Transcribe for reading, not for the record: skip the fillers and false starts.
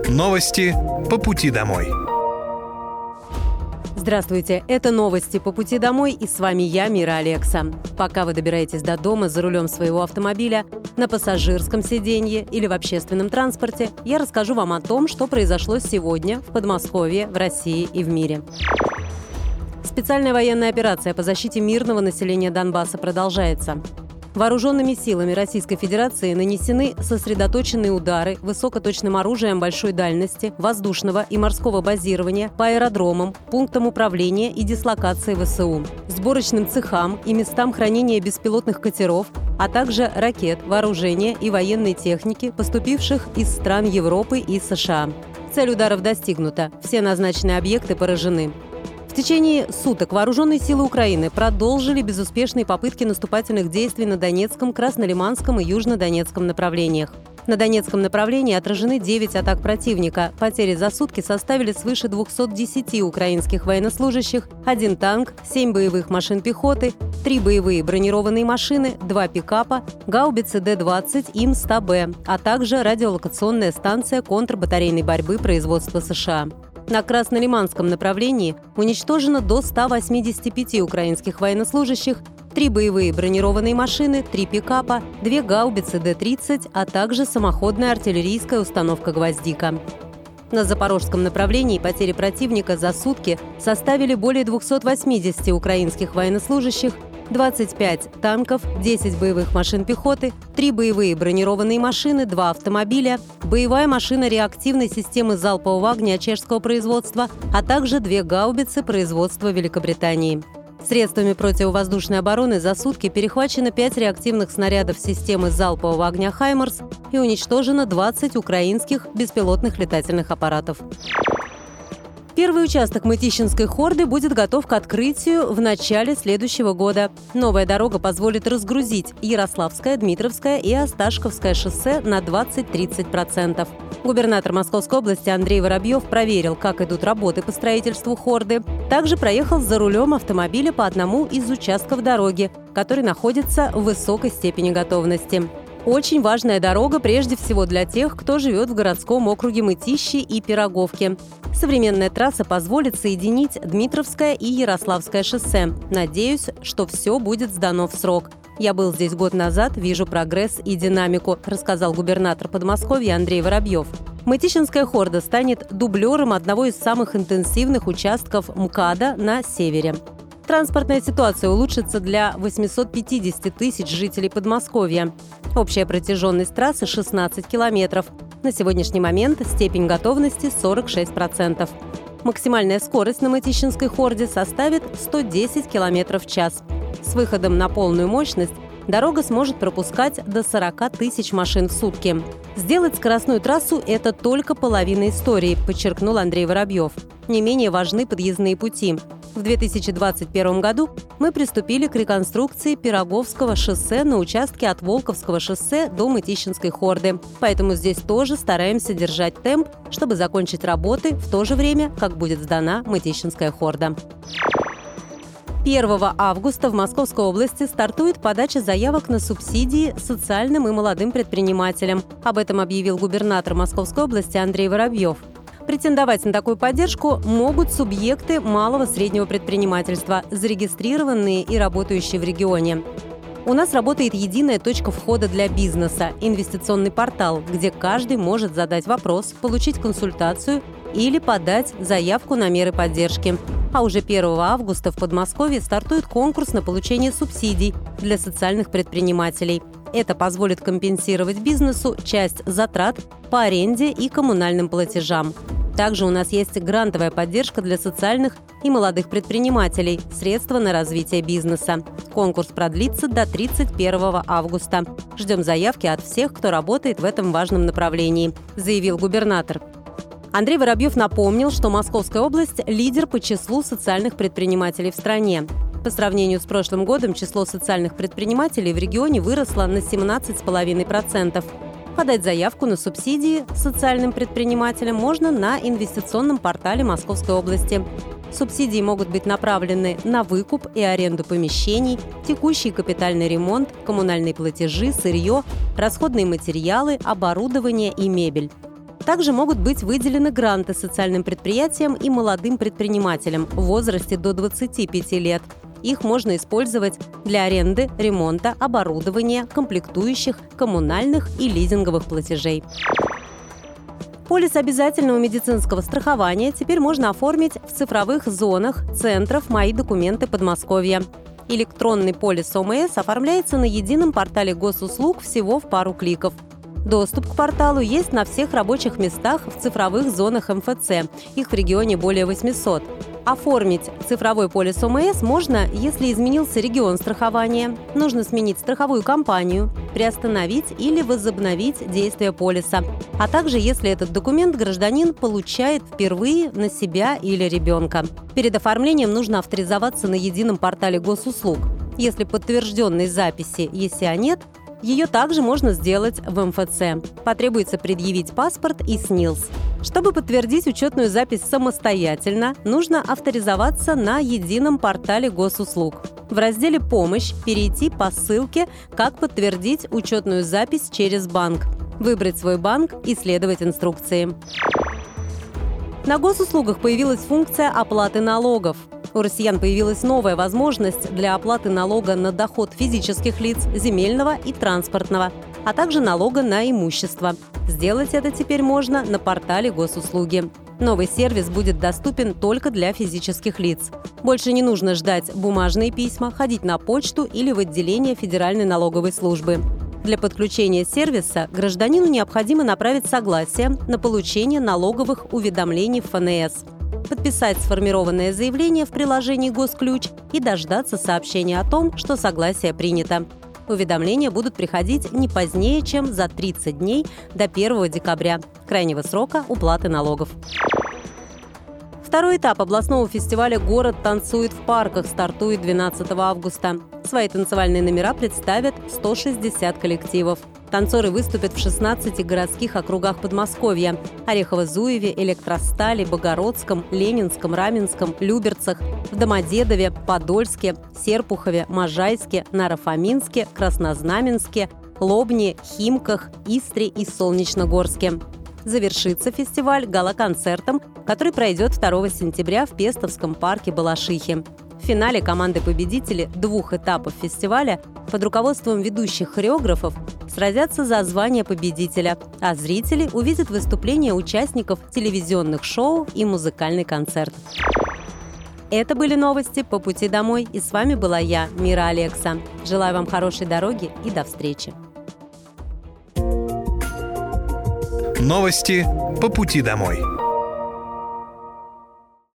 Новости по пути домой. Здравствуйте, это новости по пути домой, и с вами я, Мира Алекса. Пока вы добираетесь до дома за рулем своего автомобиля, на пассажирском сиденье или в общественном транспорте, я расскажу вам о том, что произошло сегодня в Подмосковье, в России и в мире. Специальная военная операция по защите мирного населения Донбасса продолжается. Вооруженными силами Российской Федерации нанесены сосредоточенные удары высокоточным оружием большой дальности, воздушного и морского базирования по аэродромам, пунктам управления и дислокации ВСУ, сборочным цехам и местам хранения беспилотных катеров, а также ракет, вооружения и военной техники, поступивших из стран Европы и США. Цель ударов достигнута, все назначенные объекты поражены. В течение суток вооруженные силы Украины продолжили безуспешные попытки наступательных действий на Донецком, Краснолиманском и Южнодонецком направлениях. На Донецком направлении отражены 9 атак противника. Потери за сутки составили свыше 210 украинских военнослужащих, 1 танк, 7 боевых машин пехоты, 3 боевые бронированные машины, 2 пикапа, гаубицы Д-20 ИМ-100Б, а также радиолокационная станция контрбатарейной борьбы производства США. На Краснолиманском направлении уничтожено до 185 украинских военнослужащих, 3 боевые бронированные машины, 3 пикапа, 2 гаубицы Д-30, а также самоходная артиллерийская установка «Гвоздика». На Запорожском направлении потери противника за сутки составили более 280 украинских военнослужащих, 25 танков, 10 боевых машин пехоты, 3 боевые бронированные машины, 2 автомобиля, боевая машина реактивной системы залпового огня чешского производства, а также 2 гаубицы производства Великобритании. Средствами противовоздушной обороны за сутки перехвачено 5 реактивных снарядов системы залпового огня «Хаймарс» и уничтожено 20 украинских беспилотных летательных аппаратов. Первый участок Мытищинской хорды будет готов к открытию в начале следующего года. Новая дорога позволит разгрузить Ярославское, Дмитровское и Осташковское шоссе на 20-30%. Губернатор Московской области Андрей Воробьев проверил, как идут работы по строительству хорды. Также проехал за рулем автомобиля по одному из участков дороги, который находится в высокой степени готовности. Очень важная дорога прежде всего для тех, кто живет в городском округе Мытищи и Пироговки. Современная трасса позволит соединить Дмитровское и Ярославское шоссе. Надеюсь, что все будет сдано в срок. Я был здесь год назад, вижу прогресс и динамику, рассказал губернатор Подмосковья Андрей Воробьев. Мытищинская хорда станет дублером одного из самых интенсивных участков МКАДа на севере. Транспортная ситуация улучшится для 850 тысяч жителей Подмосковья. Общая протяженность трассы – 16 километров. На сегодняшний момент степень готовности – 46%. Максимальная скорость на Мытищинской хорде составит 110 километров в час. С выходом на полную мощность дорога сможет пропускать до 40 тысяч машин в сутки. Сделать скоростную трассу – это только половина истории, подчеркнул Андрей Воробьев. Не менее важны подъездные пути. В 2021 году мы приступили к реконструкции Пироговского шоссе на участке от Волковского шоссе до Мытищинской хорды. Поэтому здесь тоже стараемся держать темп, чтобы закончить работы в то же время, как будет сдана Мытищинская хорда. 1 августа в Московской области стартует подача заявок на субсидии социальным и молодым предпринимателям. Об этом объявил губернатор Московской области Андрей Воробьев. Претендовать на такую поддержку могут субъекты малого-среднего предпринимательства, зарегистрированные и работающие в регионе. У нас работает единая точка входа для бизнеса – инвестиционный портал, где каждый может задать вопрос, получить консультацию или подать заявку на меры поддержки. А уже 1 августа в Подмосковье стартует конкурс на получение субсидий для социальных предпринимателей. Это позволит компенсировать бизнесу часть затрат по аренде и коммунальным платежам. Также у нас есть грантовая поддержка для социальных и молодых предпринимателей, средства на развитие бизнеса. Конкурс продлится до 31 августа. Ждем заявки от всех, кто работает в этом важном направлении, заявил губернатор. Андрей Воробьев напомнил, что Московская область – лидер по числу социальных предпринимателей в стране. По сравнению с прошлым годом число социальных предпринимателей в регионе выросло на 17,5%. Подать заявку на субсидии социальным предпринимателям можно на инвестиционном портале Московской области. Субсидии могут быть направлены на выкуп и аренду помещений, текущий капитальный ремонт, коммунальные платежи, сырье, расходные материалы, оборудование и мебель. Также могут быть выделены гранты социальным предприятиям и молодым предпринимателям в возрасте до 25 лет. Их можно использовать для аренды, ремонта, оборудования, комплектующих, коммунальных и лизинговых платежей. Полис обязательного медицинского страхования теперь можно оформить в цифровых зонах центров «Мои документы Подмосковья». Электронный полис ОМС оформляется на едином портале госуслуг всего в пару кликов. Доступ к порталу есть на всех рабочих местах в цифровых зонах МФЦ. Их в регионе более 800. Оформить цифровой полис ОМС можно, если изменился регион страхования, нужно сменить страховую компанию, приостановить или возобновить действие полиса, а также если этот документ гражданин получает впервые на себя или ребенка. Перед оформлением нужно авторизоваться на едином портале госуслуг. Если подтвержденной записи ЕСЯ нет, ее также можно сделать в МФЦ. Потребуется предъявить паспорт и СНИЛС. Чтобы подтвердить учетную запись самостоятельно, нужно авторизоваться на едином портале госуслуг. В разделе «Помощь» перейти по ссылке «Как подтвердить учетную запись через банк», выбрать свой банк и следовать инструкции. На госуслугах появилась функция оплаты налогов. У россиян появилась новая возможность для оплаты налога на доход физических лиц, земельного и транспортного, а также налога на имущество. Сделать это теперь можно на портале госуслуги. Новый сервис будет доступен только для физических лиц. Больше не нужно ждать бумажные письма, ходить на почту или в отделение Федеральной налоговой службы. Для подключения сервиса гражданину необходимо направить согласие на получение налоговых уведомлений в ФНС, подписать сформированное заявление в приложении «Госключ» и дождаться сообщения о том, что согласие принято. Уведомления будут приходить не позднее, чем за 30 дней до 1 декабря, крайнего срока уплаты налогов. Второй этап областного фестиваля «Город танцует в парках» стартует 12 августа. Свои танцевальные номера представят 160 коллективов. Танцоры выступят в 16 городских округах Подмосковья – Орехово-Зуеве, Электростали, Богородском, Ленинском, Раменском, Люберцах, в Домодедове, Подольске, Серпухове, Можайске, Наро-Фоминске, Краснознаменске, Лобне, Химках, Истре и Солнечногорске. Завершится фестиваль гала-концертом, который пройдет 2 сентября в Пестовском парке Балашихи. В финале команды-победители 2 этапов фестиваля под руководством ведущих хореографов сразятся за звание победителя, а зрители увидят выступления участников телевизионных шоу и музыкальный концерт. Это были новости по пути домой, и с вами была я, Мира Алекса. Желаю вам хорошей дороги и до встречи. Новости по пути домой.